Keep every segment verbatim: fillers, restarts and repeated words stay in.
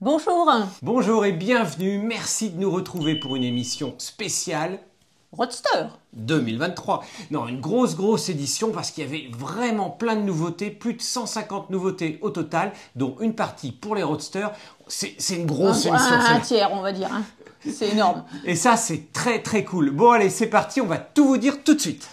Bonjour. Bonjour et bienvenue, merci de nous retrouver pour une émission spéciale Roadster deux mille vingt-trois. Non, une grosse grosse édition parce qu'il y avait vraiment plein de nouveautés, plus de cent cinquante nouveautés au total, dont une partie pour les roadsters. C'est une grosse un, émission. Un, un tiers, on va dire. Hein. C'est énorme. Et ça, c'est très très cool. Bon allez, c'est parti, on va tout vous dire tout de suite.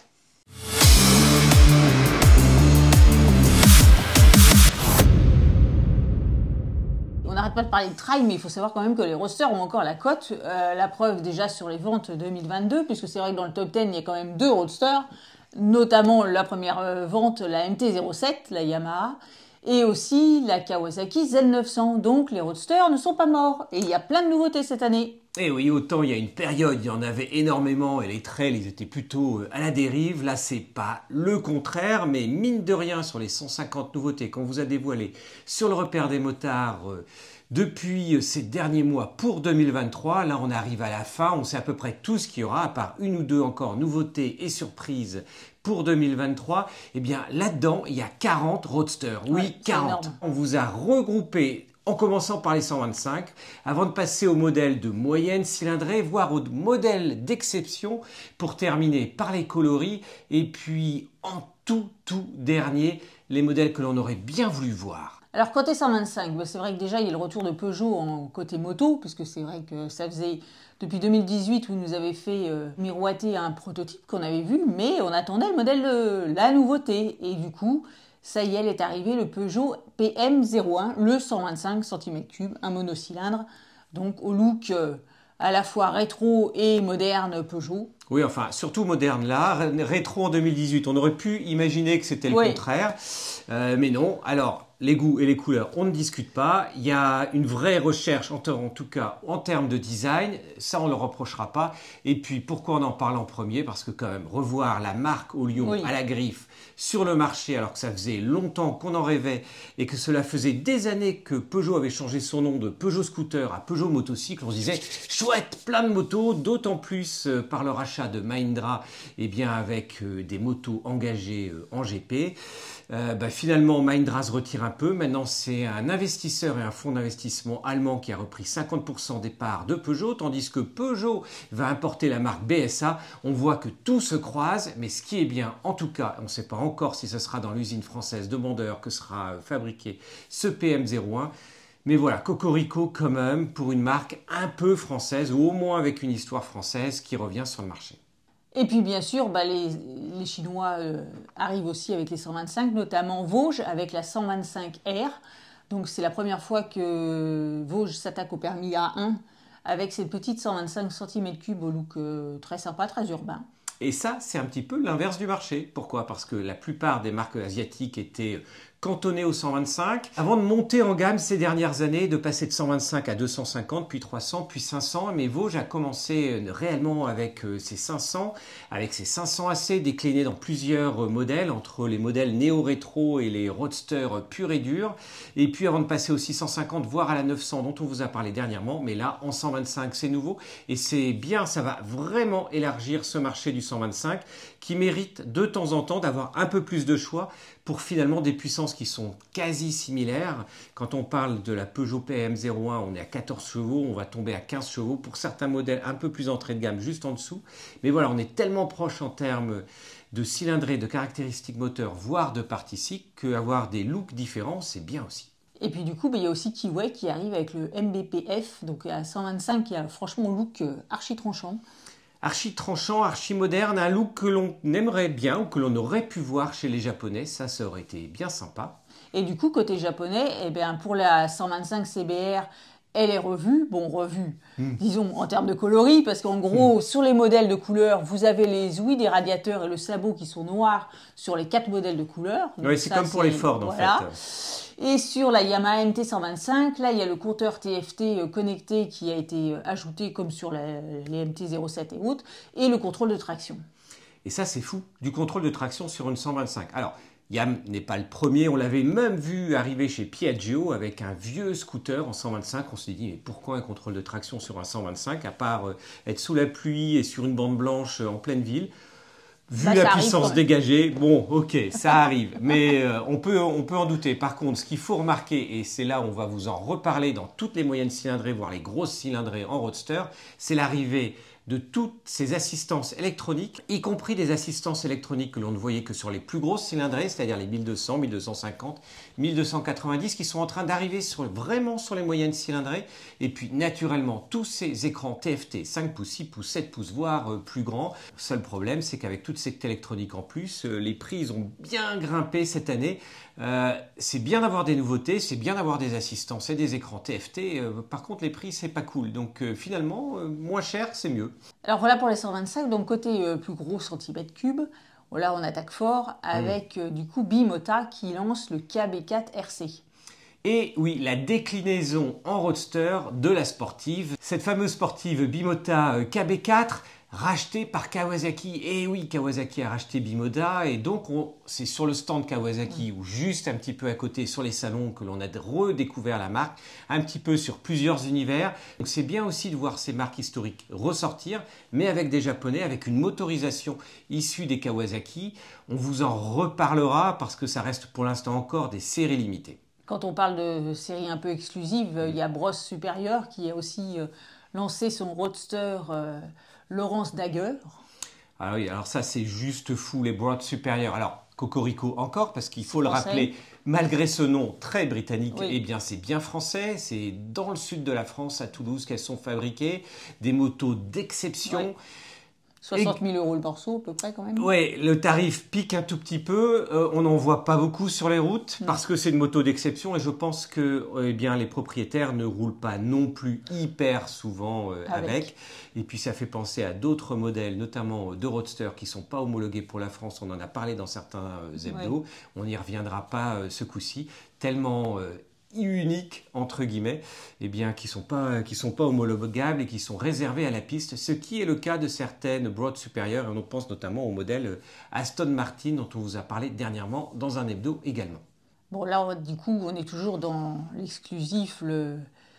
On n'arrête pas de parler de trail, mais il faut savoir quand même que les roadsters ont encore la cote. Euh, la preuve déjà sur les ventes deux mille vingt-deux, puisque c'est vrai que dans le top dix, il y a quand même deux roadsters, notamment la première euh, vente, la M T zéro sept, la Yamaha, et aussi la Kawasaki Z neuf cents. Donc les roadsters ne sont pas morts. Et il y a plein de nouveautés cette année. Et oui, autant il y a une période, il y en avait énormément et les trails, ils étaient plutôt à la dérive. Là, c'est pas le contraire, mais mine de rien, sur les cent cinquante nouveautés qu'on vous a dévoilées sur le repère des motards euh, depuis ces derniers mois pour deux mille vingt-trois, là, on arrive à la fin. On sait à peu près tout ce qu'il y aura, à part une ou deux encore nouveautés et surprises pour deux mille vingt-trois. Eh bien, là-dedans, il y a quarante roadsters. Oui, ouais, quarante. On vous a regroupé en commençant par les cent vingt-cinq, avant de passer au modèle de moyenne cylindrée, voire au modèle d'exception, pour terminer par les coloris, et puis en tout, tout dernier, les modèles que l'on aurait bien voulu voir. Alors côté cent vingt-cinq, bah, c'est vrai que déjà il y a le retour de Peugeot en côté moto, puisque c'est vrai que ça faisait depuis deux mille dix-huit où ils nous avaient fait euh, miroiter un prototype qu'on avait vu, mais on attendait le modèle de la nouveauté, et du coup... Ça y est, elle est arrivée, le Peugeot P M zéro un, le cent vingt-cinq centimètres cubes, un monocylindre, donc au look euh, à la fois rétro et moderne Peugeot. Oui, enfin, surtout moderne là, rétro en deux mille dix-huit. On aurait pu imaginer que c'était le oui. contraire, euh, mais non. Alors, les goûts et les couleurs, on ne discute pas. Il y a une vraie recherche, en, en tout cas en termes de design, ça on ne le reprochera pas. Et puis, pourquoi on en parle en premier? Parce que quand même, revoir la marque au lion oui. à la griffe sur le marché, alors que ça faisait longtemps qu'on en rêvait et que cela faisait des années que Peugeot avait changé son nom de Peugeot Scooter à Peugeot Motocycle, on se disait chouette, plein de motos, d'autant plus euh, par le rachat de Mahindra, et eh bien avec euh, des motos engagées euh, en G P. Euh, bah, finalement, Mahindra se retire un peu. Maintenant, c'est un investisseur et un fonds d'investissement allemand qui a repris cinquante pour cent des parts de Peugeot, tandis que Peugeot va importer la marque B S A. On voit que tout se croise, mais ce qui est bien, en tout cas, on ne sait pas encore si ce sera dans l'usine française de Mondeur que sera fabriqué ce P M zéro un. Mais voilà, cocorico quand même pour une marque un peu française, ou au moins avec une histoire française qui revient sur le marché. Et puis bien sûr, bah, les, les Chinois euh, arrivent aussi avec les cent vingt-cinq, notamment Vosges avec la cent vingt-cinq R. Donc c'est la première fois que Vosges s'attaque au permis A un avec cette petite cent vingt-cinq centimètres cubes au look euh, très sympa, très urbain. Et ça, c'est un petit peu l'inverse du marché. Pourquoi? Parce que la plupart des marques asiatiques étaient cantonnées au cent vingt-cinq, avant de monter en gamme ces dernières années, de passer de cent vingt-cinq à deux cent cinquante, puis trois cents, puis cinq cents. Mais Vosges a commencé réellement avec ses cinq cents, avec ses cinq cents A C déclinés dans plusieurs modèles, entre les modèles néo-rétro et les roadsters purs et durs. Et puis avant de passer au six cent cinquante, voire à la neuf cents, dont on vous a parlé dernièrement. Mais là, en cent vingt-cinq, c'est nouveau. Et c'est bien, ça va vraiment élargir ce marché du cent vingt-cinq qui mérite de temps en temps d'avoir un peu plus de choix pour finalement des puissances qui sont quasi similaires. Quand on parle de la Peugeot P M zéro un, on est à quatorze chevaux, on va tomber à quinze chevaux pour certains modèles un peu plus entrée de gamme juste en dessous. Mais voilà, on est tellement proche en termes de cylindrée, de caractéristiques moteurs, voire de partie cycle, qu'avoir des looks différents, c'est bien aussi. Et puis du coup, bah, il y a aussi Kiway qui arrive avec le M B P F, donc à cent vingt-cinq, qui a franchement un look archi tranchant. Archi tranchant, archi moderne, un look que l'on aimerait bien ou que l'on aurait pu voir chez les Japonais, ça, ça aurait été bien sympa. Et du coup, côté japonais, eh bien, pour la cent vingt-cinq C B R, elle est revue, bon revue, mmh. disons en termes de coloris, parce qu'en gros, mmh. sur les modèles de couleurs, vous avez les ouïes des radiateurs et le sabot qui sont noirs sur les quatre modèles de couleurs. Donc oui, c'est ça, comme pour les Ford voilà. en fait. Et sur la Yamaha M T cent vingt-cinq, là, il y a le compteur T F T connecté qui a été ajouté comme sur la, les M T zéro sept et autres, et le contrôle de traction. Et ça, c'est fou, du contrôle de traction sur une cent vingt-cinq. Alors, Yam n'est pas le premier, on l'avait même vu arriver chez Piaggio avec un vieux scooter en cent vingt-cinq. On s'est dit, mais pourquoi un contrôle de traction sur un cent vingt-cinq, à part être sous la pluie et sur une bande blanche en pleine ville? Vu Bah, la ça arrive puissance quand même. dégagée, bon, ok, ça arrive, mais euh, on peut, on peut en douter. Par contre, ce qu'il faut remarquer, et c'est là où on va vous en reparler dans toutes les moyennes cylindrées, voire les grosses cylindrées en roadster, c'est l'arrivée de toutes ces assistances électroniques, y compris des assistances électroniques que l'on ne voyait que sur les plus grosses cylindrées, c'est-à-dire les mille deux cents, mille deux cent cinquante, mille deux cent quatre-vingt-dix, qui sont en train d'arriver sur, vraiment sur les moyennes cylindrées. Et puis, naturellement, tous ces écrans T F T, cinq pouces, six pouces, sept pouces, voire euh, plus grands. Le seul problème, c'est qu'avec toute cette électronique en plus, euh, les prix ils ont bien grimpé cette année. Euh, c'est bien d'avoir des nouveautés, c'est bien d'avoir des assistances et des écrans T F T. Euh, par contre, les prix, c'est pas cool. Donc, euh, finalement, euh, moins cher, c'est mieux. Alors voilà pour les cent vingt-cinq, donc côté euh, plus gros centimètres cubes, là on attaque fort avec mmh. euh, du coup Bimota qui lance le K B quatre R C. Et oui, la déclinaison en roadster de la sportive, cette fameuse sportive Bimota K B quatre, rachetée par Kawasaki. Et oui, Kawasaki a racheté Bimota et donc c'est sur le stand Kawasaki ou juste un petit peu à côté sur les salons que l'on a redécouvert la marque, un petit peu sur plusieurs univers. Donc c'est bien aussi de voir ces marques historiques ressortir, mais avec des Japonais, avec une motorisation issue des Kawasaki. On vous en reparlera parce que ça reste pour l'instant encore des séries limitées. Quand on parle de séries un peu exclusives, il y a Bros Superior qui a aussi lancé son roadster euh, Lawrence Dagger. Ah oui, alors ça c'est juste fou, les Broad Superior. Alors Cocorico encore, parce qu'il faut le rappeler, malgré ce nom très britannique, oui. eh bien c'est bien français. C'est dans le sud de la France, à Toulouse, qu'elles sont fabriquées. Des motos d'exception. Oui. soixante mille euros le morceau, à peu près, quand même. Oui, le tarif pique un tout petit peu. Euh, on n'en voit pas beaucoup sur les routes, non. parce que c'est une moto d'exception. Et je pense que eh bien, les propriétaires ne roulent pas non plus hyper souvent euh, avec. avec. Et puis, ça fait penser à d'autres modèles, notamment de roadsters qui ne sont pas homologués pour la France. On en a parlé dans certains euh, hebdos. Oui. On n'y reviendra pas euh, ce coup-ci. Tellement... Euh, uniques entre guillemets, eh bien, qui ne sont pas, qui sont pas homologables et qui sont réservés à la piste, ce qui est le cas de certaines Broad Superior, et on pense notamment au modèle Aston Martin dont on vous a parlé dernièrement dans un hebdo également. Bon là, du coup, on est toujours dans l'exclusif, le,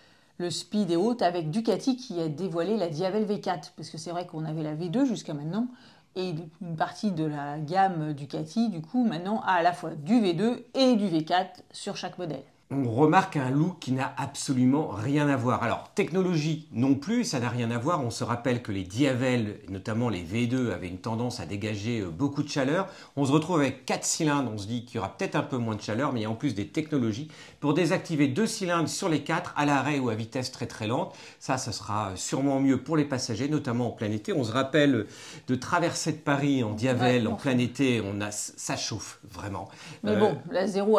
le speed et haute, avec Ducati qui a dévoilé la Diavel V quatre, parce que c'est vrai qu'on avait la V deux jusqu'à maintenant, et une partie de la gamme Ducati, du coup, maintenant a à la fois du V deux et du V quatre sur chaque modèle. On remarque un look qui n'a absolument rien à voir. Alors, technologie non plus, ça n'a rien à voir. On se rappelle que les Diavel, notamment les V deux, avaient une tendance à dégager beaucoup de chaleur. On se retrouve avec quatre cylindres, on se dit qu'il y aura peut-être un peu moins de chaleur, mais il y a en plus des technologies pour désactiver deux cylindres sur les quatre, à l'arrêt ou à vitesse très très lente. Ça, ça sera sûrement mieux pour les passagers, notamment en plein été. On se rappelle de traverser de Paris en Diavel, ouais, en plein été, on a, ça chauffe vraiment. Mais euh, bon, là, zéro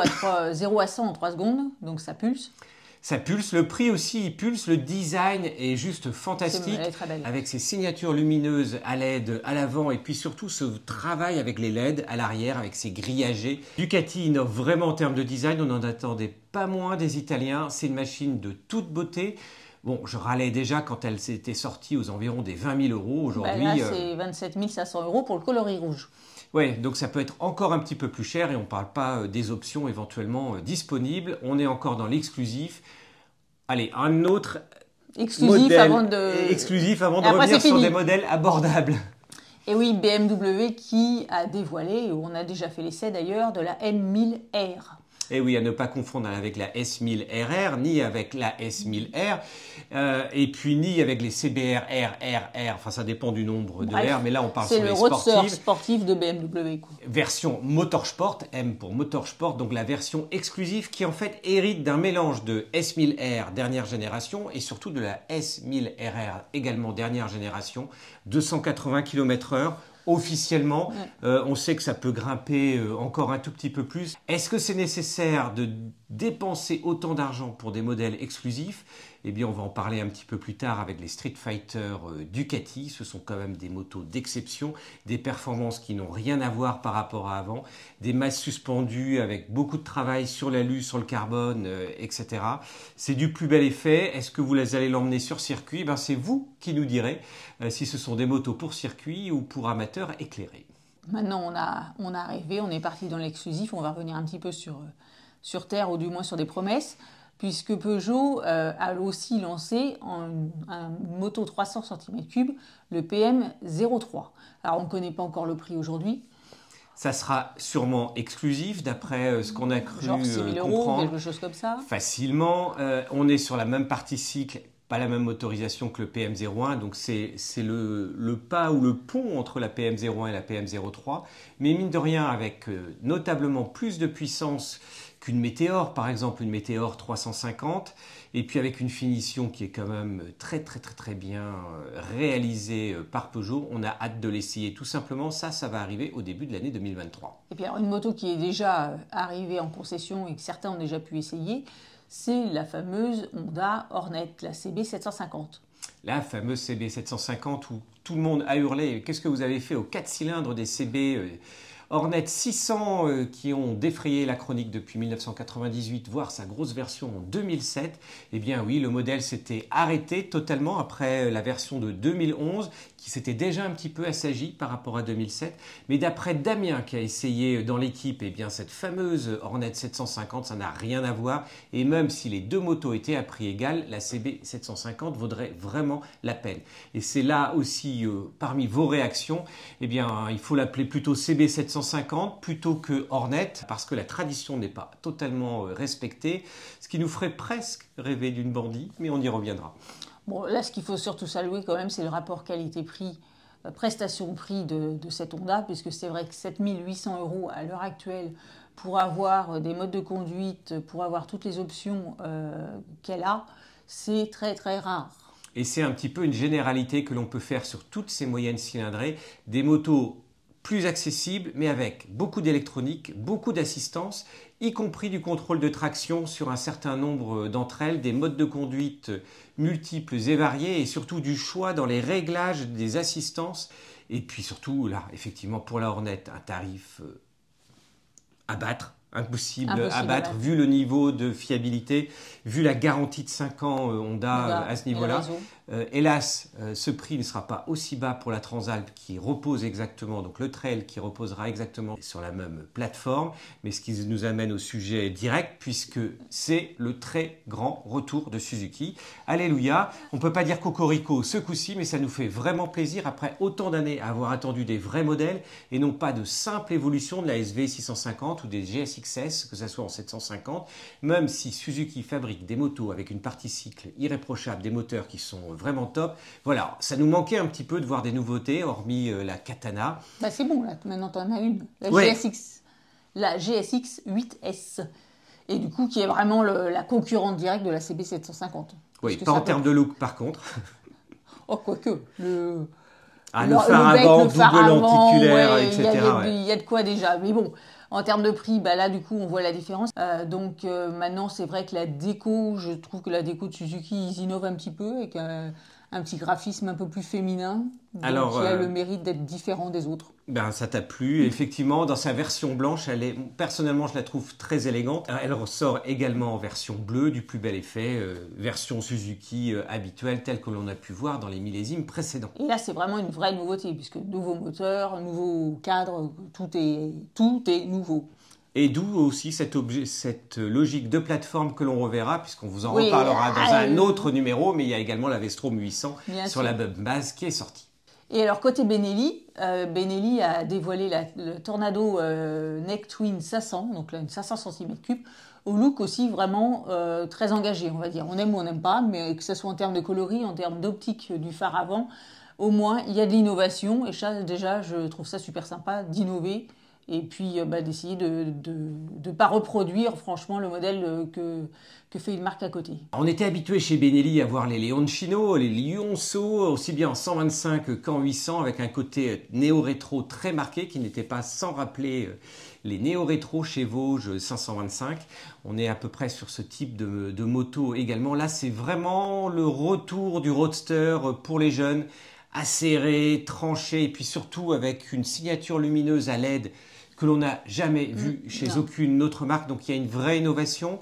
à cent en trois secondes. Donc ça pulse. Ça pulse, le prix aussi, il pulse, le design est juste fantastique, est très belle. Avec ses signatures lumineuses à L E D à l'avant et puis surtout ce travail avec les L E D à l'arrière, avec ses grillagés. Ducati innove vraiment en termes de design, on n'en attendait pas moins des Italiens, c'est une machine de toute beauté. Bon, je râlais déjà quand elle s'était sortie aux environs des vingt mille euros. Aujourd'hui, bah là, c'est vingt-sept mille cinq cents euros pour le coloris rouge. Oui, donc ça peut être encore un petit peu plus cher et on ne parle pas des options éventuellement disponibles. On est encore dans l'exclusif. Allez, un autre exclusif modèle avant de, exclusif avant de revenir sur des modèles abordables. Et oui, B M W qui a dévoilé, on a déjà fait l'essai d'ailleurs, de la M mille R. Et oui, à ne pas confondre avec la S mille R R, ni avec la S mille R, euh, et puis ni avec les C B R, R, R, R, enfin ça dépend du nombre de Bref, R, mais là on parle sur les sportives. C'est le roadster sportif de B M W. Quoi. Version Motorsport, M pour Motorsport, donc la version exclusive qui en fait hérite d'un mélange de S mille R dernière génération et surtout de la S mille R R également dernière génération, deux cent quatre-vingts kilomètres heure. Officiellement, ouais. euh, on sait que ça peut grimper euh, encore un tout petit peu plus. Est-ce que c'est nécessaire de dépenser autant d'argent pour des modèles exclusifs ? Eh bien, on va en parler un petit peu plus tard avec les Street Fighter euh, Ducati. Ce sont quand même des motos d'exception, des performances qui n'ont rien à voir par rapport à avant, des masses suspendues avec beaucoup de travail sur l'alu, sur le carbone, euh, et cetera. C'est du plus bel effet. Est-ce que vous allez l'emmener sur circuit ? Ben, c'est vous qui nous direz euh, si ce sont des motos pour circuit ou pour amateurs éclairés. Maintenant, on a, on a rêvé, on est parti dans l'exclusif. On va revenir un petit peu sur, sur terre ou du moins sur des promesses. puisque Peugeot euh, a aussi lancé en, un, une moto trois cents centimètres cubes, le P M zéro trois. Alors on ne connaît pas encore le prix aujourd'hui. Ça sera sûrement exclusif d'après ce qu'on a cru Genre six mille euros, comprendre. quelque chose comme ça. Facilement. Euh, on est sur la même partie cycle, pas la même motorisation que le P M zéro un, donc c'est le, le pas ou le pont entre la P M zéro un et la P M zéro trois. Mais mine de rien, avec euh, notablement plus de puissance qu'une Météor, par exemple une Météor trois cent cinquante, et puis avec une finition qui est quand même très très très très bien réalisée par Peugeot, on a hâte de l'essayer tout simplement. Ça, ça va arriver au début de l'année deux mille vingt-trois. Et puis alors une moto qui est déjà arrivée en concession et que certains ont déjà pu essayer, c'est la fameuse Honda Hornet, la C B sept cent cinquante. La fameuse C B sept cent cinquante où tout le monde a hurlé « Qu'est-ce que vous avez fait aux quatre cylindres des C B euh, Hornet six cents euh, qui ont défrayé la chronique depuis mille neuf cent quatre-vingt-dix-huit, voire sa grosse version en deux mille sept ?» Eh bien oui, le modèle s'était arrêté totalement après la version de deux mille onze, qui s'était déjà un petit peu assagi par rapport à deux mille sept. Mais d'après Damien qui a essayé dans l'équipe, eh bien cette fameuse Hornet sept cent cinquante, ça n'a rien à voir. Et même si les deux motos étaient à prix égal, la C B sept cent cinquante vaudrait vraiment la peine. Et c'est là aussi, euh, parmi vos réactions, eh bien il faut l'appeler plutôt C B sept cent cinquante plutôt que Hornet, parce que la tradition n'est pas totalement respectée, ce qui nous ferait presque rêver d'une bandit, mais on y reviendra. Bon, là, ce qu'il faut surtout saluer quand même, c'est le rapport qualité-prix, euh, prestation-prix de, de cette Honda, puisque c'est vrai que sept mille huit cents euros à l'heure actuelle pour avoir des modes de conduite, pour avoir toutes les options euh, qu'elle a, c'est très très rare. Et c'est un petit peu une généralité que l'on peut faire sur toutes ces moyennes cylindrées, des motos plus accessible, mais avec beaucoup d'électronique, beaucoup d'assistance, y compris du contrôle de traction sur un certain nombre d'entre elles, des modes de conduite multiples et variés, et surtout du choix dans les réglages des assistances. Et puis surtout, là, effectivement, pour la Hornet, un tarif euh, à battre. Impossible, impossible à battre, vu le niveau de fiabilité, vu la garantie de cinq ans euh, Honda euh, à ce niveau-là. Euh, hélas, euh, ce prix ne sera pas aussi bas pour la Transalp qui repose exactement, donc le Trail qui reposera exactement sur la même plateforme, mais ce qui nous amène au sujet direct, puisque c'est le très grand retour de Suzuki. Alléluia, on ne peut pas dire cocorico ce coup-ci, mais ça nous fait vraiment plaisir après autant d'années à avoir attendu des vrais modèles et non pas de simple évolution de la S V six cent cinquante ou des G S X S, que ce soit en sept cent cinquante, même si Suzuki fabrique des motos avec une partie cycle irréprochable, des moteurs qui sont vraiment top. Voilà, ça nous manquait un petit peu de voir des nouveautés, hormis euh, la Katana. Bah c'est bon, là, maintenant tu en as une, la, ouais. G S X, la G S X huit S, et du coup qui est vraiment le, la concurrente directe de la C B sept cent cinquante. Oui, pas en termes peut... de look par contre. Oh, quoique, le... Ah, le, le phare avant, double lenticulaire, ouais, et cetera. Il y, ouais. y a de quoi déjà, mais bon... En termes de prix, bah là, du coup, on voit la différence. Euh, donc, euh, maintenant, c'est vrai que la déco, je trouve que la déco de Suzuki, ils innovent un petit peu avec un, un petit graphisme un peu plus féminin. Donc, Alors, qui a euh, le mérite d'être différent des autres. Ben, ça t'a plu. Effectivement, dans sa version blanche, elle est, personnellement, je la trouve très élégante. Elle ressort également en version bleue, du plus bel effet, euh, version Suzuki euh, habituelle, telle que l'on a pu voir dans les millésimes précédents. Et là, c'est vraiment une vraie nouveauté, puisque nouveau moteur, nouveau cadre, tout est, tout est nouveau. Et d'où aussi cette, objet, cette logique de plateforme que l'on reverra, puisqu'on vous en oui, reparlera dans euh, un autre numéro, mais il y a également la V-Strom huit cents Bien sur sûr. la même base qui est sortie. Et alors, côté Benelli, euh, Benelli a dévoilé la, le Tornado euh, Neck Twin cinq cents, donc là, une cinq cents centimètres cubes, au look aussi vraiment euh, très engagé, on va dire. On aime ou on n'aime pas, mais que ce soit en termes de coloris, en termes d'optique du phare avant, au moins, il y a de l'innovation. Et ça, déjà, je trouve ça super sympa d'innover. Et puis bah, d'essayer de ne pas reproduire franchement le modèle que, que fait une marque à côté. On était habitué chez Benelli à voir les Leoncino, les Lionceau, aussi bien en cent vingt-cinq qu'en huit cents, avec un côté néo-rétro très marqué qui n'était pas sans rappeler les néo-rétro chez Vosges cinq cent vingt-cinq. On est à peu près sur ce type de, de moto également. Là, c'est vraiment le retour du roadster pour les jeunes, acéré, tranché, et puis surtout avec une signature lumineuse à L E D que l'on n'a jamais vu chez non. aucune autre marque. Donc il y a une vraie innovation.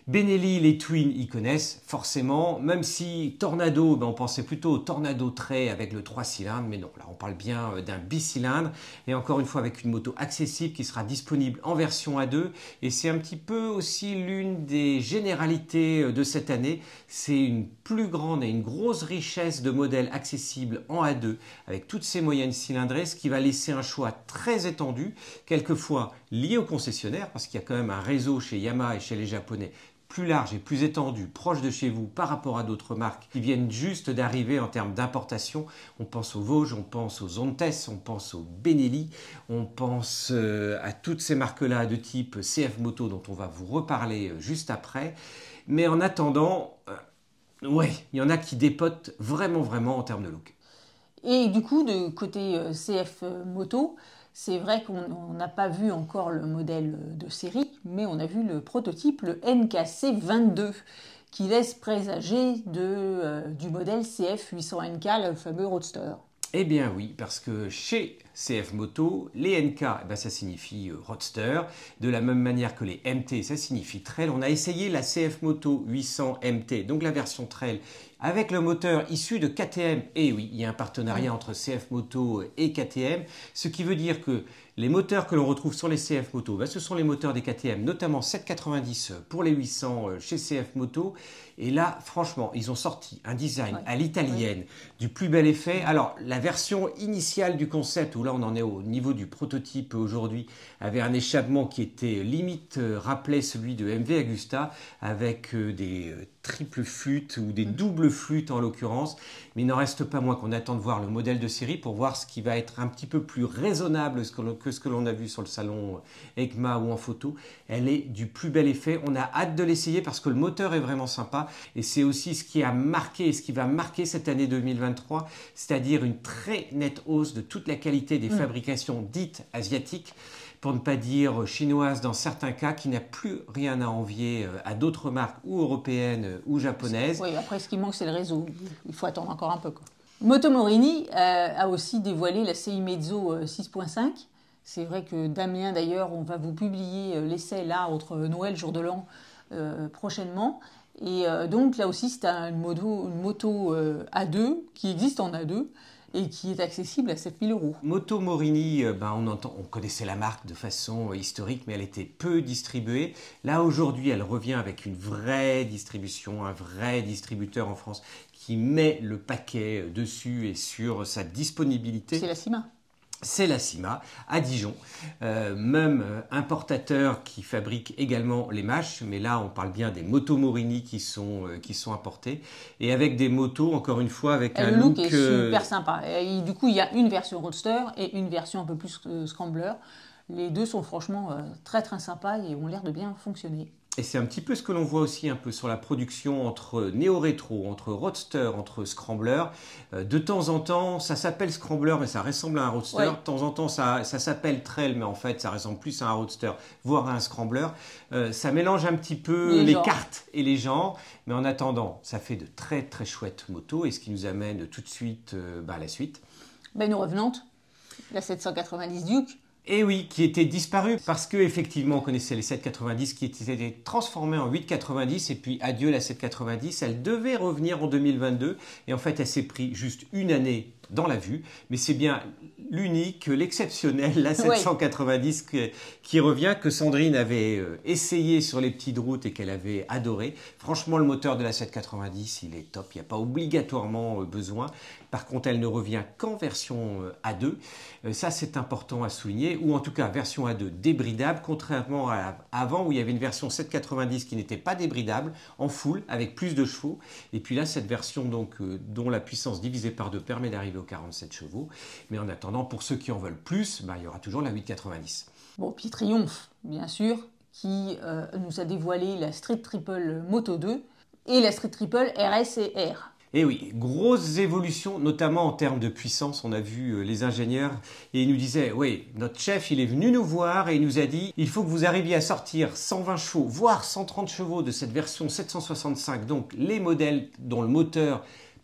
Benelli, les Twin, ils connaissent forcément, même si Tornado, ben on pensait plutôt au Tornado Trait avec le trois cylindres, mais non, là on parle bien d'un bicylindre, et encore une fois avec une moto accessible qui sera disponible en version A deux, et c'est un petit peu aussi l'une des généralités de cette année, c'est une plus grande et une grosse richesse de modèles accessibles en A deux, avec toutes ces moyennes cylindrées, ce qui va laisser un choix très étendu, quelquefois lié au concessionnaire, parce qu'il y a quand même un réseau chez Yamaha et chez les Japonais plus large et plus étendu, proche de chez vous par rapport à d'autres marques qui viennent juste d'arriver en termes d'importation. On pense aux Vosges, on pense aux Zontes, on pense aux Benelli, on pense à toutes ces marques-là de type C F Moto dont on va vous reparler juste après. Mais en attendant, euh, ouais, il y en a qui dépotent vraiment, vraiment en termes de look. Et du coup, de côté C F Moto, c'est vrai qu'on n'a pas vu encore le modèle de série, mais on a vu le prototype, le N K C vingt-deux, qui laisse présager de, euh, du modèle C F huit cents N K, le fameux Roadster. Eh bien oui, parce que chez C F Moto, les N K, eh ben ça signifie euh, Roadster, de la même manière que les M T, ça signifie Trail. On a essayé la C F Moto huit cents M T, donc la version Trail, avec le moteur issu de K T M. Et oui, il y a un partenariat entre C F Moto et K T M, ce qui veut dire que les moteurs que l'on retrouve sur les C F Moto, ben ce sont les moteurs des K T M, notamment sept cent quatre-vingt-dix pour les huit cents chez C F Moto. Et là, franchement, ils ont sorti un design ouais. à l'italienne, ouais. du plus bel effet. Alors, la version initiale du concept, où là on en est au niveau du prototype aujourd'hui, avait un échappement qui était limite euh, rappelait celui de M V Agusta, avec euh, des euh, triples flûtes ou des doubles flûtes en l'occurrence. Mais il n'en reste pas moins qu'on attend de voir le modèle de série pour voir ce qui va être un petit peu plus raisonnable que ce que l'on a vu sur le salon EICMA ou en photo. Elle est du plus bel effet. On a hâte de l'essayer parce que le moteur est vraiment sympa. Et c'est aussi ce qui a marqué et ce qui va marquer cette année deux mille vingt-trois, c'est-à-dire une très nette hausse de toute la qualité des mmh. fabrications dites asiatiques, pour ne pas dire chinoises dans certains cas, qui n'a plus rien à envier à d'autres marques ou européennes ou japonaises. Oui, après ce qui manque c'est le réseau, il faut attendre encore un peu, quoi. Moto Morini euh, a aussi dévoilé la C I Mezzo six point cinq. C'est vrai que Damien, d'ailleurs, on va vous publier l'essai là, entre Noël, jour de l'an, euh, prochainement. Et euh, donc là aussi, c'est une moto, une moto euh, A deux qui existe en A deux et qui est accessible à sept mille euros. Moto Morini, euh, ben on, entend, on connaissait la marque de façon historique, mais elle était peu distribuée. Là, aujourd'hui, elle revient avec une vraie distribution, un vrai distributeur en France qui met le paquet dessus et sur sa disponibilité. C'est la Cima. C'est la Cima à Dijon, euh, même euh, importateur qui fabrique également les mâches, mais là on parle bien des motos Morini qui sont, euh, qui sont importées, et avec des motos, encore une fois, avec et un le look, look... est euh... super sympa. Et du coup, il y a une version Roadster et une version un peu plus euh, Scrambler. Les deux sont franchement euh, très très sympas et ont l'air de bien fonctionner. Et c'est un petit peu ce que l'on voit aussi un peu sur la production entre néo-rétro, entre Roadster, entre Scrambler. Euh, de temps en temps, ça s'appelle Scrambler, mais ça ressemble à un Roadster. Ouais. De temps en temps, ça, ça s'appelle Trail, mais en fait, ça ressemble plus à un Roadster, voire à un Scrambler. Euh, ça mélange un petit peu les, les cartes et les genres. Mais en attendant, ça fait de très très chouettes motos. Et ce qui nous amène tout de suite euh, bah, à la suite. Ben, une revenante, la sept cent quatre-vingt-dix Duke. Et oui, qui était disparu parce que effectivement on connaissait les sept cent quatre-vingt-dix qui étaient transformés en huit cent quatre-vingt-dix et puis adieu la sept cent quatre-vingt-dix. Elle devait revenir en deux mille vingt-deux et en fait elle s'est pris juste une année dans la vue, mais c'est bien l'unique, l'exceptionnel, la sept cent quatre-vingt-dix oui. qui, qui revient, que Sandrine avait essayé sur les petites routes et qu'elle avait adoré. Franchement, le moteur de la sept cent quatre-vingt-dix, il est top, il n'y a pas obligatoirement besoin. Par contre, elle ne revient qu'en version A deux. Ça, c'est important à souligner, ou en tout cas, version A deux débridable, contrairement à avant où il y avait une version sept cent quatre-vingt-dix qui n'était pas débridable, en full, avec plus de chevaux. Et puis là, cette version donc, euh, dont la puissance divisée par deux permet d'arriver aux quarante-sept chevaux. Mais en attendant, pour ceux qui en veulent plus, bah, il y aura toujours la huit cent quatre-vingt-dix. Bon, puis Triumph, bien sûr, qui euh, nous a dévoilé la Street Triple Moto deux et la Street Triple R S et R. Et oui, grosses évolutions, notamment en termes de puissance. On a vu euh, les ingénieurs et ils nous disaient, oui, notre chef, il est venu nous voir et il nous a dit, il faut que vous arriviez à sortir cent vingt chevaux, voire cent trente chevaux de cette version sept cent soixante-cinq, donc les modèles dont le moteur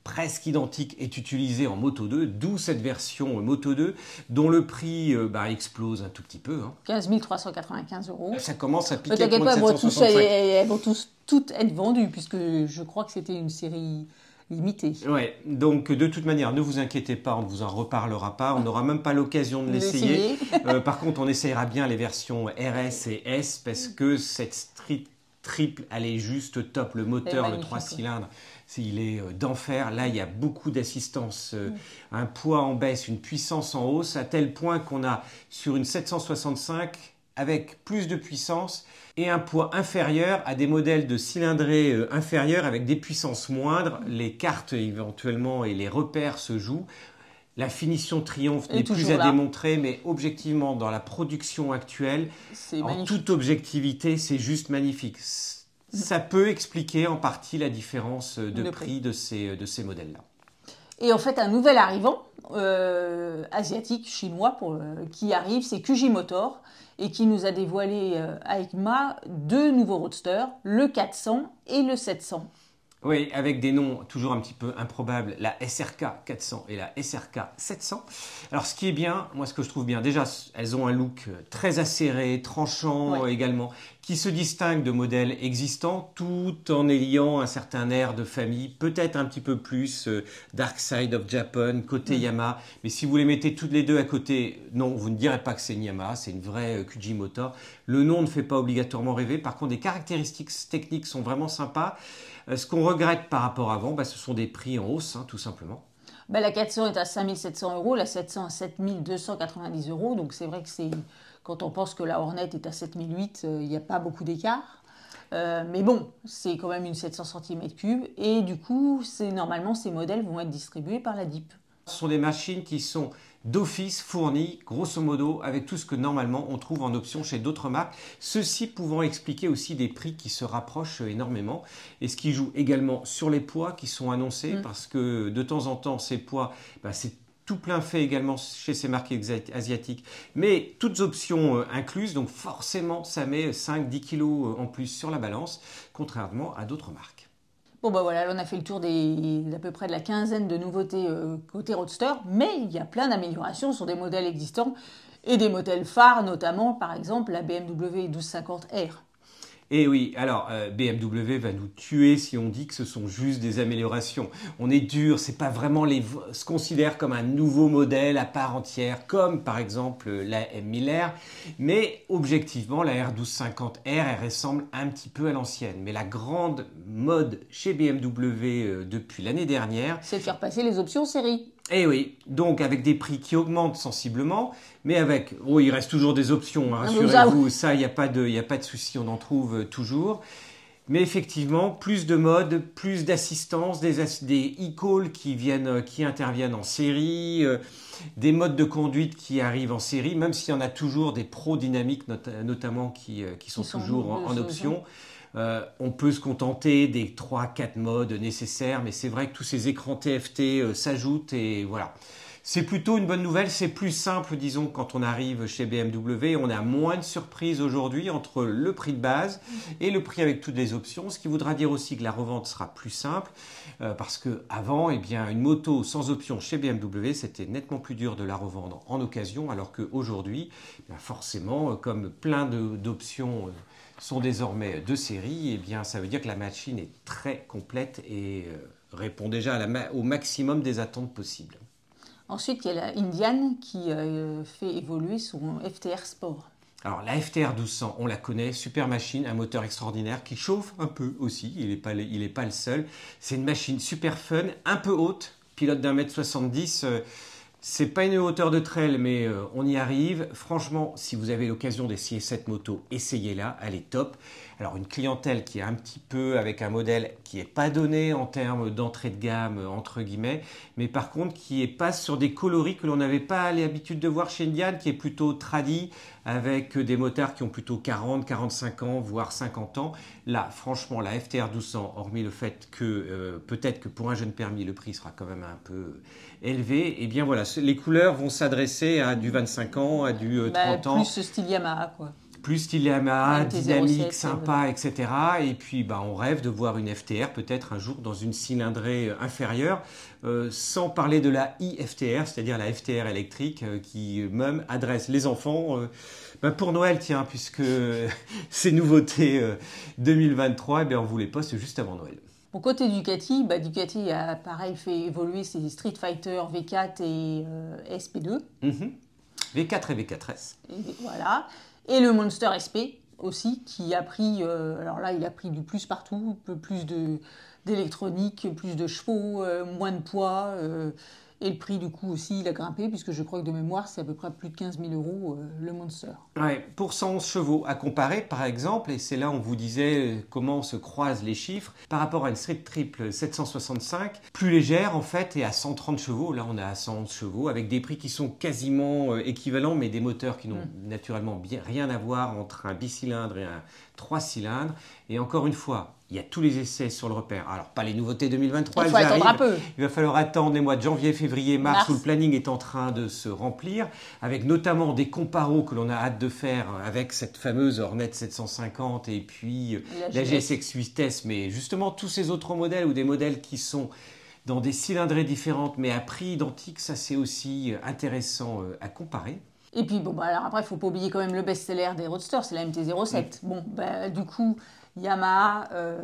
presque identique est utilisé en Moto deux, d'où cette version Moto deux dont le prix euh, bah, explose un tout petit peu. Hein. quinze mille trois cent quatre-vingt-quinze euros. Ça commence à piquer Ne t'inquiète pour pas, sept cent soixante-cinq. elles, elles vont tous, toutes être vendues puisque je crois que c'était une série limitée. Ouais, donc de toute manière, ne vous inquiétez pas, on ne vous en reparlera pas, on n'aura même pas l'occasion de l'essayer. euh, par contre, on essayera bien les versions R S et S parce que cette Street Triple, elle est juste top. Le moteur, le trois cylindres, il est d'enfer. Là, il y a beaucoup d'assistance, euh, un poids en baisse, une puissance en hausse, à tel point qu'on a sur une sept cent soixante-cinq avec plus de puissance et un poids inférieur à des modèles de cylindrée euh, inférieurs avec des puissances moindres. Les cartes éventuellement et les repères se jouent. La finition triomphe n'est plus à là. démontrer, mais objectivement, dans la production actuelle, en magnifique. toute objectivité, c'est juste magnifique. Ça peut expliquer en partie la différence de, de prix, prix de ces, de ces modèles-là. Et en fait, un nouvel arrivant euh, asiatique, chinois, pour, euh, qui arrive, c'est Q J Motor, et qui nous a dévoilé euh, à EICMA deux nouveaux roadsters, le quatre cents et le sept cents. Oui, avec des noms toujours un petit peu improbables, la S R K quatre cents et la S R K sept cents. Alors ce qui est bien, moi ce que je trouve bien, déjà elles ont un look très acéré, tranchant ouais. également, qui se distingue de modèles existants tout en ayant un certain air de famille, peut-être un petit peu plus euh, Dark Side of Japan, côté mmh. Yamaha. Mais si vous les mettez toutes les deux à côté, non, vous ne direz pas que c'est une Yamaha, c'est une vraie Q J Motor. Le nom ne fait pas obligatoirement rêver, par contre les caractéristiques techniques sont vraiment sympas. Ce qu'on regrette par rapport à avant, bah, ce sont des prix en hausse, hein, tout simplement. Bah, la quatre cents est à cinq mille sept cents euros, la sept cents à sept mille deux cent quatre-vingt-dix euros. Donc c'est vrai que c'est quand on pense que la Hornet est à sept mille huit, il euh, n'y a pas beaucoup d'écart. Euh, mais bon, c'est quand même une sept cents centimètres cubes. Et du coup, normalement, ces modèles vont être distribués par la D I P. Ce sont des machines qui sont d'office fournies, grosso modo, avec tout ce que normalement on trouve en option chez d'autres marques. Ceci pouvant expliquer aussi des prix qui se rapprochent énormément et ce qui joue également sur les poids qui sont annoncés mmh. parce que de temps en temps, ces poids, bah, c'est tout plein fait également chez ces marques asiatiques, mais toutes options incluses, donc forcément, ça met cinq à dix kilos en plus sur la balance, contrairement à d'autres marques. Bon ben voilà, on a fait le tour des, d'à peu près de la quinzaine de nouveautés euh, côté Roadster, mais il y a plein d'améliorations sur des modèles existants et des modèles phares, notamment par exemple la B M W douze cinquante R. Et oui, alors euh, B M W va nous tuer si on dit que ce sont juste des améliorations. On est dur, c'est pas vraiment les se considère comme un nouveau modèle à part entière, comme par exemple la M mille R, mais objectivement la R douze cinquante R, elle ressemble un petit peu à l'ancienne. Mais la grande mode chez B M W euh, depuis l'année dernière, c'est de faire passer les options série. Eh oui, donc avec des prix qui augmentent sensiblement, mais avec, oh, il reste toujours des options, hein, rassurez-vous, ça, il n'y a pas de, y a pas de souci, on en trouve toujours. Mais effectivement, plus de mode, plus d'assistance, des, des e-calls qui, viennent, qui interviennent en série, euh, des modes de conduite qui arrivent en série, même s'il y en a toujours des pros dynamiques not notamment qui, euh, qui sont qui toujours sont en, en option. Euh, on peut se contenter des trois à quatre modes nécessaires, mais c'est vrai que tous ces écrans T F T euh, s'ajoutent et voilà. C'est plutôt une bonne nouvelle, c'est plus simple, disons, quand on arrive chez B M W. On a moins de surprises aujourd'hui entre le prix de base et le prix avec toutes les options, ce qui voudra dire aussi que la revente sera plus simple, euh, parce qu'avant, eh bien, une moto sans option chez B M W, c'était nettement plus dur de la revendre en occasion, alors qu'aujourd'hui, eh forcément, comme plein d'options... Euh, sont désormais de série, et bien ça veut dire que la machine est très complète et euh, répond déjà à la ma au maximum des attentes possibles. Ensuite, il y a la Indian qui euh, fait évoluer son F T R Sport. Alors la F T R douze cents, on la connaît, super machine, un moteur extraordinaire qui chauffe un peu aussi, il n'est pas, il est pas le seul. C'est une machine super fun, un peu haute, pilote d'un mètre soixante-dix. Euh, C'est pas une hauteur de trail, mais euh, on y arrive. Franchement, si vous avez l'occasion d'essayer cette moto, essayez-la, elle est top. Alors une clientèle qui est un petit peu avec un modèle qui n'est pas donné en termes d'entrée de gamme, entre guillemets, mais par contre qui est pas sur des coloris que l'on n'avait pas l'habitude de voir chez Indian, qui est plutôt tradi, avec des motards qui ont plutôt quarante, quarante-cinq ans, voire cinquante ans. Là, franchement, la F T R douze cents, hormis le fait que euh, peut-être que pour un jeune permis, le prix sera quand même un peu élevé, et eh bien voilà, les couleurs vont s'adresser à du vingt-cinq ans, à du euh, trente bah, ans. Plus ce style Yamaha, quoi. plus style Yamaha, M T dynamique, zéro sept, sympa, euh... et cetera. Et puis, bah, on rêve de voir une F T R peut-être un jour dans une cylindrée inférieure, euh, sans parler de la i F T R, c'est-à-dire la F T R électrique, euh, qui même adresse les enfants euh, bah, pour Noël, tiens, puisque ces nouveautés euh, deux mille vingt-trois, eh bien, on vous les poste juste avant Noël. Bon, côté Ducati, bah, Ducati a pareil fait évoluer ses Street Fighter V quatre et euh, S P deux. Mm-hmm. V quatre et V quatre S. Et, voilà. Et le Monster S P aussi, qui a pris, euh, alors là, il a pris du plus partout, un peu plus de, d'électronique, plus de chevaux, euh, moins de poids. Euh, et le prix, du coup, aussi, il a grimpé, puisque je crois que de mémoire, c'est à peu près plus de quinze mille euros euh, le Monster. Ouais, pour cent onze chevaux à comparer, par exemple, et c'est là où on vous disait comment se croisent les chiffres, par rapport à une Street Triple sept cent soixante-cinq, plus légère en fait, et à cent trente chevaux. Là, on est à cent onze chevaux, avec des prix qui sont quasiment euh, équivalents, mais des moteurs qui n'ont mmh. naturellement bien, rien à voir entre un bicylindre et un trois cylindres. Et encore une fois, il y a tous les essais sur le repère. Alors, pas les nouveautés deux mille vingt-trois, il faut attendre un peu. Il va falloir attendre les mois de janvier, février, mars, mars, où le planning est en train de se remplir, avec notamment des comparos que l'on a hâte de faire avec cette fameuse Hornet sept cent cinquante et puis la, la G S X huit S, mais justement tous ces autres modèles ou des modèles qui sont dans des cylindrées différentes, mais à prix identique, ça c'est aussi intéressant à comparer. Et puis, bon, bah, alors après, il ne faut pas oublier quand même le best-seller des Roadsters, c'est la M T zéro sept. Mmh. Bon, bah, du coup, Yamaha euh,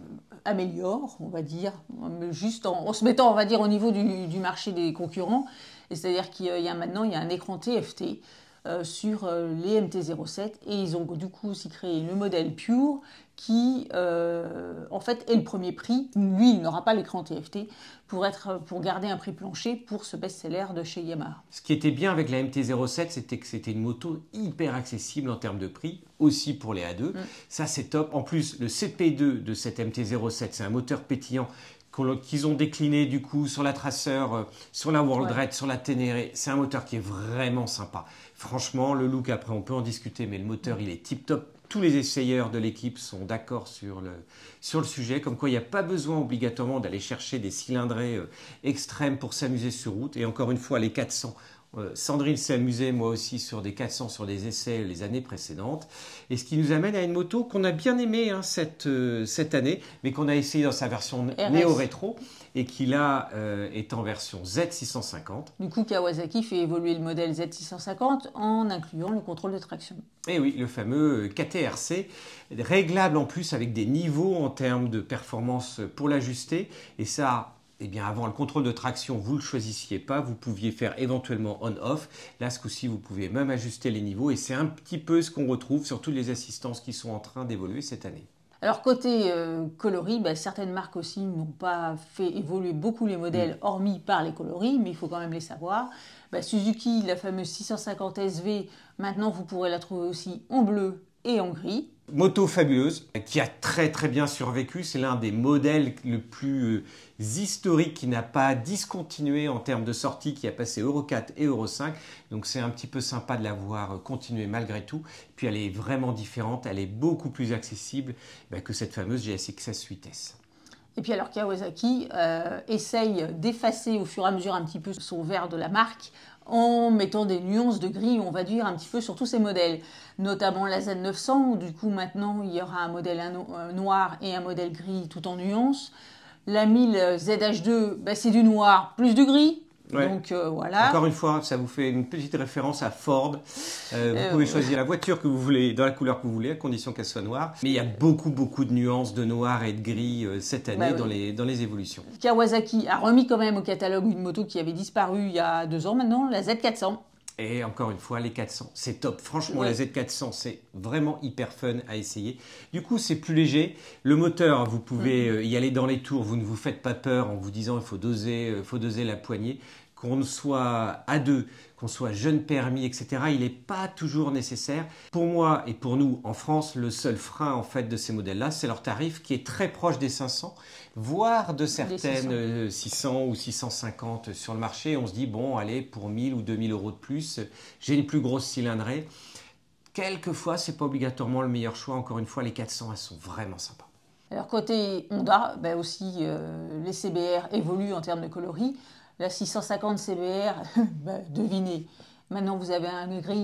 améliore, on va dire, juste en, en se mettant, on va dire, au niveau du, du marché des concurrents. Et c'est-à-dire qu'il y a maintenant, il y a un écran T F T euh, sur euh, les M T zéro sept. Et ils ont du coup aussi créé le modèle Pure qui, euh, en fait, est le premier prix. Lui, il n'aura pas l'écran T F T pour, être, pour garder un prix plancher pour ce best-seller de chez Yamaha. Ce qui était bien avec la M T zéro sept, c'était que c'était une moto hyper accessible en termes de prix, aussi pour les A deux. Mm. Ça, c'est top. En plus, le C P deux de cette M T zéro sept, c'est un moteur pétillant qu'ils ont décliné du coup sur la Tracer, sur la World ouais. Red, sur la Ténéré. C'est un moteur qui est vraiment sympa. Franchement, le look, après, on peut en discuter, mais le moteur, il est tip-top. Tous les essayeurs de l'équipe sont d'accord sur le, sur le sujet, comme quoi il n'y a pas besoin obligatoirement d'aller chercher des cylindrées euh, extrêmes pour s'amuser sur route. Et encore une fois, les quatre cents. Euh, Sandrine s'est amusée, moi aussi, sur des quatre cents, sur des essais les années précédentes. Et ce qui nous amène à une moto qu'on a bien aimée hein, cette, euh, cette année, mais qu'on a essayé dans sa version néo-rétro et qui là euh, est en version Z six cent cinquante. Du coup, Kawasaki fait évoluer le modèle Z six cent cinquante en incluant le contrôle de traction. Et oui, le fameux K T R C, réglable en plus avec des niveaux en termes de performance pour l'ajuster. Et ça... Eh bien, avant le contrôle de traction, vous ne le choisissiez pas, vous pouviez faire éventuellement on-off. Là, ce coup-ci, vous pouvez même ajuster les niveaux et c'est un petit peu ce qu'on retrouve sur toutes les assistances qui sont en train d'évoluer cette année. Alors, côté euh, coloris, bah, certaines marques aussi n'ont pas fait évoluer beaucoup les modèles, mmh. hormis par les coloris, mais il faut quand même les savoir. Bah, Suzuki, la fameuse six cent cinquante S V, maintenant, vous pourrez la trouver aussi en bleu et en gris. Moto fabuleuse, qui a très très bien survécu. C'est l'un des modèles le plus euh, historique qui n'a pas discontinué en termes de sortie, qui a passé Euro quatre et Euro cinq. Donc c'est un petit peu sympa de la voir continuer malgré tout. Puis elle est vraiment différente, elle est beaucoup plus accessible bah, que cette fameuse G S X S huit S. Et puis alors Kawasaki euh, essaye d'effacer au fur et à mesure un petit peu son vert de la marque en mettant des nuances de gris, on va dire, un petit peu sur tous ces modèles. Notamment la Z neuf cents, où du coup maintenant il y aura un modèle noir et un modèle gris tout en nuances. La mille Z H deux, bah, c'est du noir plus du gris. Ouais. Donc euh, voilà. Encore une fois, ça vous fait une petite référence à Ford. Euh, vous euh, pouvez choisir la voiture que vous voulez, dans la couleur que vous voulez, à condition qu'elle soit noire. Mais il y a beaucoup, beaucoup de nuances de noir et de gris euh, cette année bah, dans, oui. les, dans les évolutions. Kawasaki a remis quand même au catalogue une moto qui avait disparu il y a deux ans maintenant, la Z quatre cents. Et encore une fois, les quatre cents, c'est top. Franchement, ouais. La Z quatre cents, c'est vraiment hyper fun à essayer. Du coup, c'est plus léger. Le moteur, vous pouvez mmh. y aller dans les tours. Vous ne vous faites pas peur en vous disant il faut doser, faut doser la poignée. Qu'on soit à deux, qu'on soit jeune permis, et cetera, il n'est pas toujours nécessaire. Pour moi et pour nous, en France, le seul frein en fait de ces modèles-là, c'est leur tarif qui est très proche des cinq cents, voire de certaines six cents ou six cent cinquante sur le marché. On se dit, bon, allez, pour mille ou deux mille euros de plus, j'ai une plus grosse cylindrée. Quelquefois, ce n'est pas obligatoirement le meilleur choix. Encore une fois, les quatre cents, elles sont vraiment sympas. Alors côté Honda, bah aussi, euh, les C B R évoluent en termes de coloris. La six cent cinquante C B R, bah, devinez, maintenant vous avez un gris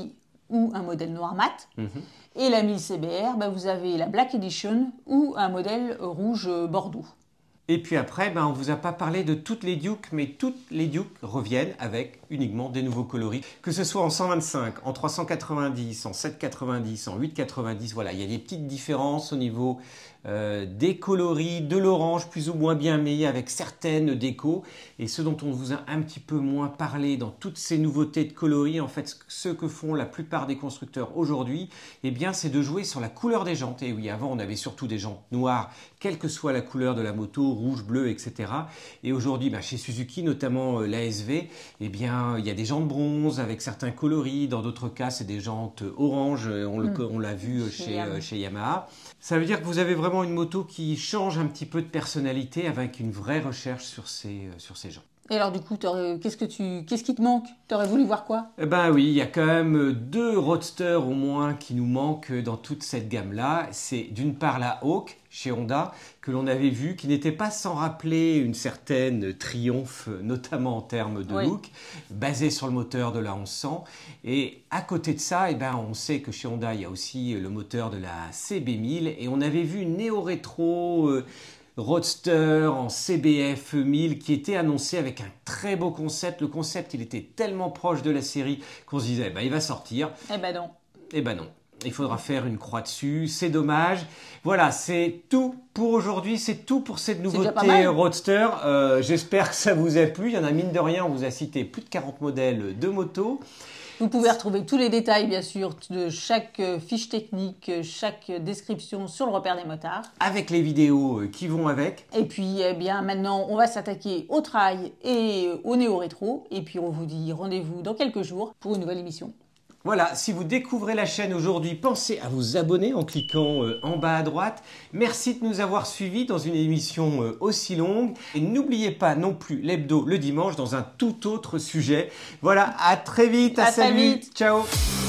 ou un modèle noir mat. Mmh. Et la mille C B R, bah, vous avez la Black Edition ou un modèle rouge bordeaux. Et puis après, ben, on ne vous a pas parlé de toutes les Duke, mais toutes les Duke reviennent avec uniquement des nouveaux coloris. Que ce soit en cent vingt-cinq, en trois cent quatre-vingt-dix, en sept cent quatre-vingt-dix, en huit cent quatre-vingt-dix, voilà, il y a des petites différences au niveau euh, des coloris, de l'orange plus ou moins bien mis avec certaines décos. Et ce dont on vous a un petit peu moins parlé dans toutes ces nouveautés de coloris, en fait, ce que font la plupart des constructeurs aujourd'hui, eh bien, c'est de jouer sur la couleur des jantes. Et oui, avant, on avait surtout des jantes noires, quelle que soit la couleur de la moto, rouge, bleu, et cetera. Et aujourd'hui, ben, chez Suzuki, notamment euh, l'A S V, eh bien, il y a des jantes bronze avec certains coloris. Dans d'autres cas, c'est des jantes orange. On, le, mmh. on l'a vu chez, chez, euh, chez Yamaha. Ça veut dire que vous avez vraiment une moto qui change un petit peu de personnalité avec une vraie recherche sur ces, euh, sur ces jantes. Et alors du coup, qu'est-ce que tu, qu'est-ce qui te manque? Tu aurais voulu voir quoi? Eh ben oui, il y a quand même deux roadsters au moins qui nous manquent dans toute cette gamme-là. C'est d'une part la Hawk chez Honda, que l'on avait vu, qui n'était pas sans rappeler une certaine Triumph, notamment en termes de oui. look, basée sur le moteur de la onze cents. Et à côté de ça, eh ben, on sait que chez Honda, il y a aussi le moteur de la C B mille. Et on avait vu une néo-rétro... Euh, Roadster en C B F mille qui était annoncé avec un très beau concept. Le concept, il était tellement proche de la série qu'on se disait, eh ben, il va sortir. Eh ben non. Eh ben non. Il faudra faire une croix dessus, c'est dommage. Voilà, c'est tout pour aujourd'hui, c'est tout pour cette nouveauté Roadster. Euh, J'espère que ça vous a plu. Il y en a mine de rien, on vous a cité plus de quarante modèles de motos. Vous pouvez retrouver tous les détails, bien sûr, de chaque fiche technique, chaque description sur le repère des motards. Avec les vidéos qui vont avec. Et puis, eh bien, maintenant, on va s'attaquer au trail et au néo-rétro. Et puis, on vous dit rendez-vous dans quelques jours pour une nouvelle émission. Voilà, si vous découvrez la chaîne aujourd'hui, pensez à vous abonner en cliquant euh, en bas à droite. Merci de nous avoir suivis dans une émission euh, aussi longue. Et n'oubliez pas non plus l'hebdo le dimanche dans un tout autre sujet. Voilà, à très vite, à, à salut, très vite. Ciao.